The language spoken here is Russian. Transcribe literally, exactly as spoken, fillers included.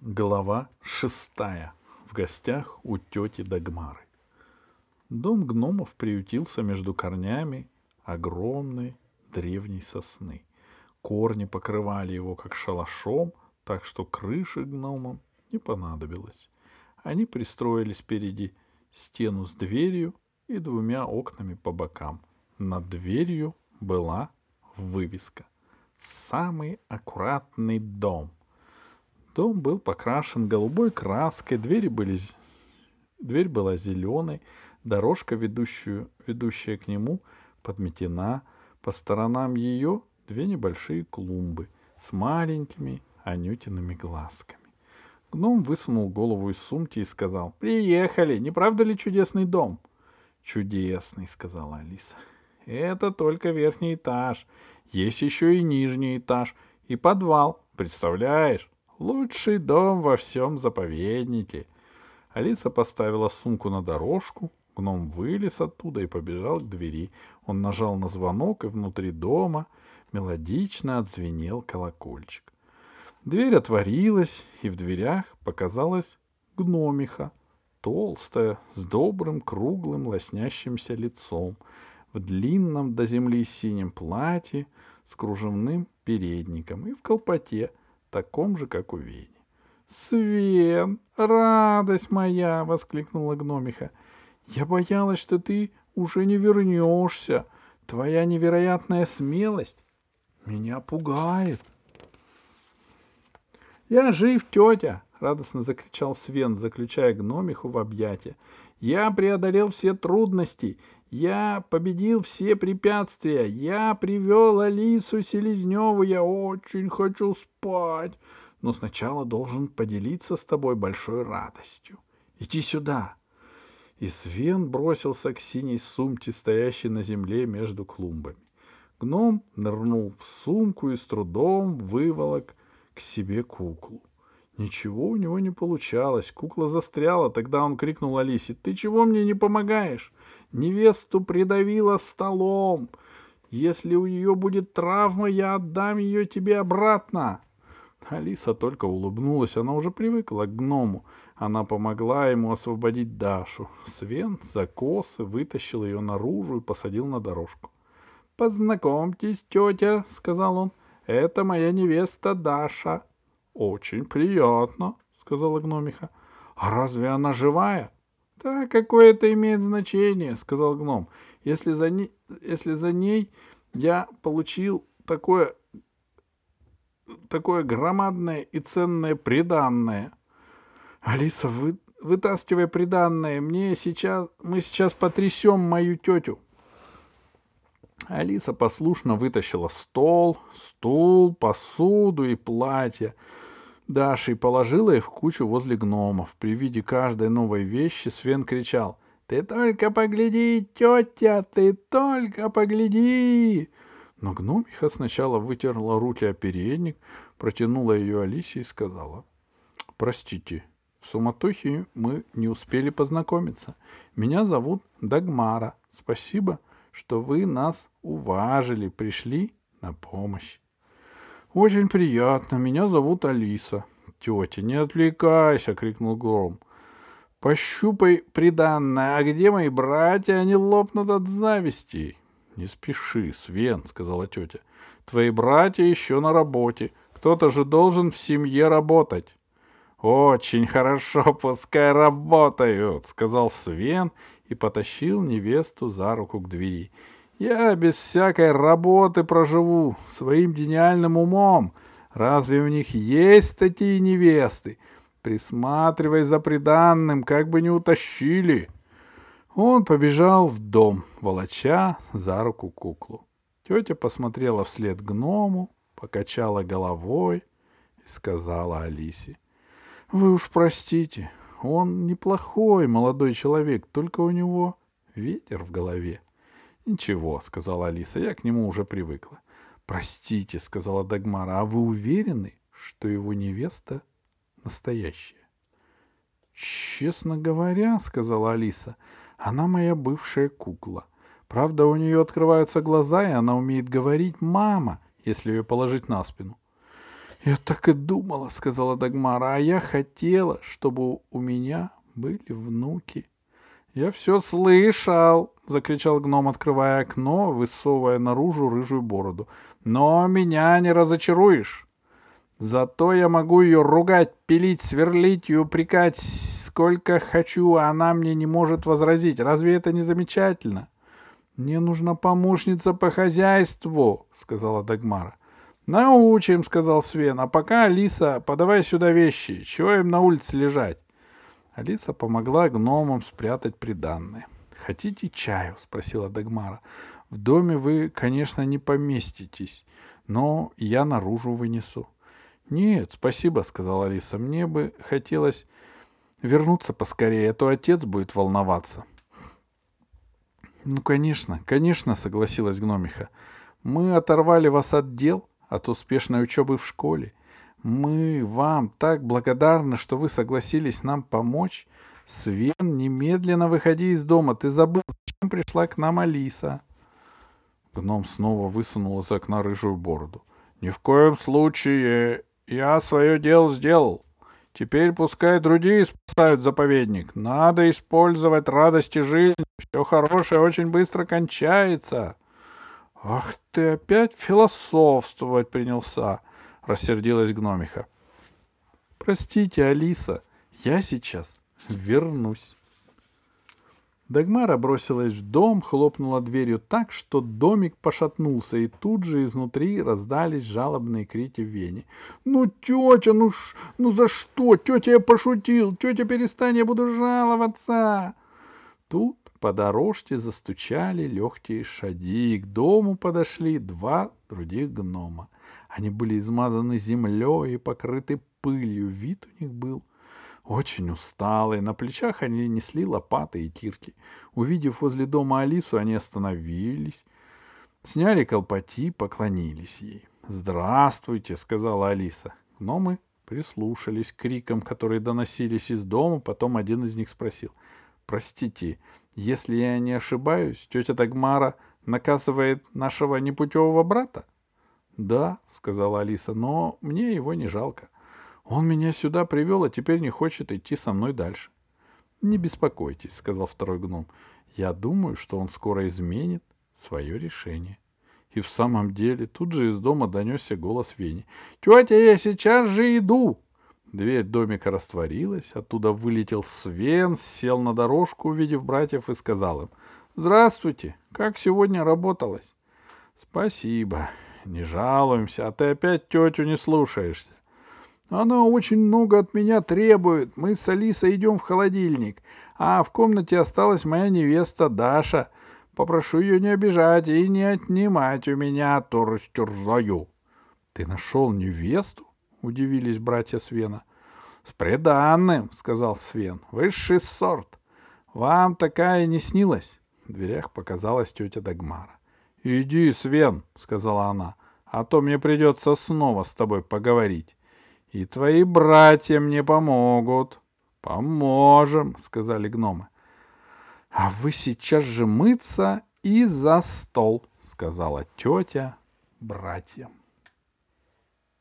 Глава шестая. В гостях у тети Дагмары. Дом гномов приютился между корнями огромной древней сосны. Корни покрывали его как шалашом, так что крыши гномам не понадобилось. Они пристроились впереди стену с дверью и двумя окнами по бокам. Над дверью была вывеска: «Самый аккуратный дом». Дом был покрашен голубой краской, двери были, дверь была зеленой, дорожка, ведущую, ведущая к нему, подметена. По сторонам ее две небольшие клумбы с маленькими анютиными глазками. Гном высунул голову из сумки и сказал: «Приехали! Не правда ли чудесный дом?» «Чудесный», — сказала Алиса. «Это только верхний этаж. Есть еще и нижний этаж, и подвал. Представляешь? Лучший дом во всем заповеднике». Алиса поставила сумку на дорожку. Гном вылез оттуда и побежал к двери. Он нажал на звонок, и внутри дома мелодично отзвенел колокольчик. Дверь отворилась, и в дверях показалась гномиха, толстая, с добрым, круглым, лоснящимся лицом, в длинном до земли синем платье с кружевным передником и в колпаке, таком же, как у Вени. «Свен, радость моя!» — воскликнула гномиха. «Я боялась, что ты уже не вернешься. Твоя невероятная смелость меня пугает». «Я жив, тетя!» — радостно закричал Свен, заключая гномиху в объятия. «Я преодолел все трудности. Я победил все препятствия. Я привел Алису Селезневу. Я очень хочу спать. Но сначала должен поделиться с тобой большой радостью. Иди сюда!» И Свен бросился к синей сумке, стоящей на земле между клумбами. Гном нырнул в сумку и с трудом выволок к себе куклу. Ничего у него не получалось. Кукла застряла. Тогда он крикнул Алисе: «Ты чего мне не помогаешь? Невесту придавило столом. Если у нее будет травма, я отдам ее тебе обратно». Алиса только улыбнулась. Она уже привыкла к гному. Она помогла ему освободить Дашу. Свен за косы вытащил ее наружу и посадил на дорожку. «Познакомьтесь, тетя», — сказал он. «Это моя невеста Даша». «Очень приятно», — сказала гномиха. «А разве она живая?» «Да, какое это имеет значение», — сказал гном. «Если за ней, если за ней я получил такое, такое громадное и ценное приданное». «Алиса, вы, вытаскивай приданное. Мне сейчас, мы сейчас потрясем мою тетю». Алиса послушно вытащила стол, стул, посуду и платье Даши и положила их в кучу возле гномов. При виде каждой новой вещи Свен кричал: «Ты только погляди, тетя, ты только погляди!» Но гномиха сначала вытерла руки о передник, протянула ее Алисе и сказала: «Простите, в суматохе мы не успели познакомиться. Меня зовут Дагмара. Спасибо, что вы нас уважили, пришли на помощь». «Очень приятно. Меня зовут Алиса». «Тетя, не отвлекайся!» — крикнул гном. «Пощупай приданное. А где мои братья? Они лопнут от зависти». «Не спеши, Свен», — сказала тетя. «Твои братья еще на работе. Кто-то же должен в семье работать». «Очень хорошо, пускай работают», — сказал Свен и потащил невесту за руку к двери. «Я без всякой работы проживу своим гениальным умом. Разве у них есть такие невесты? Присматривай за приданным, как бы не утащили». Он побежал в дом, волоча за руку куклу. Тетя посмотрела вслед гному, покачала головой и сказала Алисе: «Вы уж простите, он неплохой молодой человек, только у него ветер в голове». «Ничего», — сказала Алиса, — «я к нему уже привыкла». «Простите», — сказала Дагмара, — «а вы уверены, что его невеста настоящая?» «Честно говоря», — сказала Алиса, — «она моя бывшая кукла. Правда, у нее открываются глаза, и она умеет говорить «мама», если ее положить на спину». «Я так и думала», — сказала Дагмара, — «а я хотела, чтобы у меня были внуки». «Я все слышал», — закричал гном, открывая окно, высовывая наружу рыжую бороду. «Но меня не разочаруешь. Зато я могу ее ругать, пилить, сверлить и упрекать сколько хочу, а она мне не может возразить. Разве это не замечательно?» «Мне нужна помощница по хозяйству», — сказала Дагмара. «Научим», — сказал Свен. «А пока, Алиса, подавай сюда вещи. Чего им на улице лежать?» Алиса помогла гномам спрятать приданное. «Хотите чаю?» — спросила Дагмара. «В доме вы, конечно, не поместитесь, но я наружу вынесу». «Нет, спасибо», — сказала Алиса. «Мне бы хотелось вернуться поскорее, а то отец будет волноваться». «Ну, конечно, конечно», — согласилась гномиха. «Мы оторвали вас от дел, от успешной учебы в школе. Мы вам так благодарны, что вы согласились нам помочь. Свен, немедленно выходи из дома. Ты забыл, зачем пришла к нам Алиса?» Гном снова высунул из окна рыжую бороду. «Ни в коем случае. Я свое дело сделал. Теперь пускай другие спасают заповедник. Надо использовать радости жизни. Все хорошее очень быстро кончается». «Ах ты, опять философствовать принялся!» — рассердилась гномиха. «Простите, Алиса, я сейчас вернусь». Дагмара бросилась в дом, хлопнула дверью так, что домик пошатнулся, и тут же изнутри раздались жалобные крики Вени. «Ну, тетя, ну, ш, ну за что? Тетя, я пошутил! Тетя, перестань, я буду жаловаться!» Тут по дорожке застучали легкие шаги, и к дому подошли два других гнома. Они были измазаны землей и покрыты пылью. Вид у них был очень усталый. На плечах они несли лопаты и кирки. Увидев возле дома Алису, они остановились, сняли колпаки, поклонились ей. «Здравствуйте», — сказала Алиса. Гномы прислушались к крикам, которые доносились из дома. Потом один из них спросил: «Простите, если я не ошибаюсь, тетя Дагмара наказывает нашего непутевого брата?» «Да», — сказала Алиса, — «но мне его не жалко. Он меня сюда привел, а теперь не хочет идти со мной дальше». «Не беспокойтесь», — сказал второй гном. «Я думаю, что он скоро изменит свое решение». И в самом деле тут же из дома донесся голос Вени. «Тетя, я сейчас же иду!» Дверь домика растворилась, оттуда вылетел Свен, сел на дорожку, увидев братьев, и сказал им: «Здравствуйте! Как сегодня работалось?» «Спасибо. Не жалуемся, а ты опять тетю не слушаешься». «Она очень много от меня требует. Мы с Алисой идем в холодильник, а в комнате осталась моя невеста Даша. Попрошу ее не обижать и не отнимать у меня, а то растерзаю». «Ты нашел невесту?» — удивились братья Свена. «С приданным», — сказал Свен. «Высший сорт. Вам такая не снилась?» В дверях показалась тетя Дагмара. «Иди, Свен», — сказала она, — «а то мне придется снова с тобой поговорить. И твои братья мне помогут». «Поможем», — сказали гномы. «А вы сейчас же мыться и за стол», — сказала тетя братьям.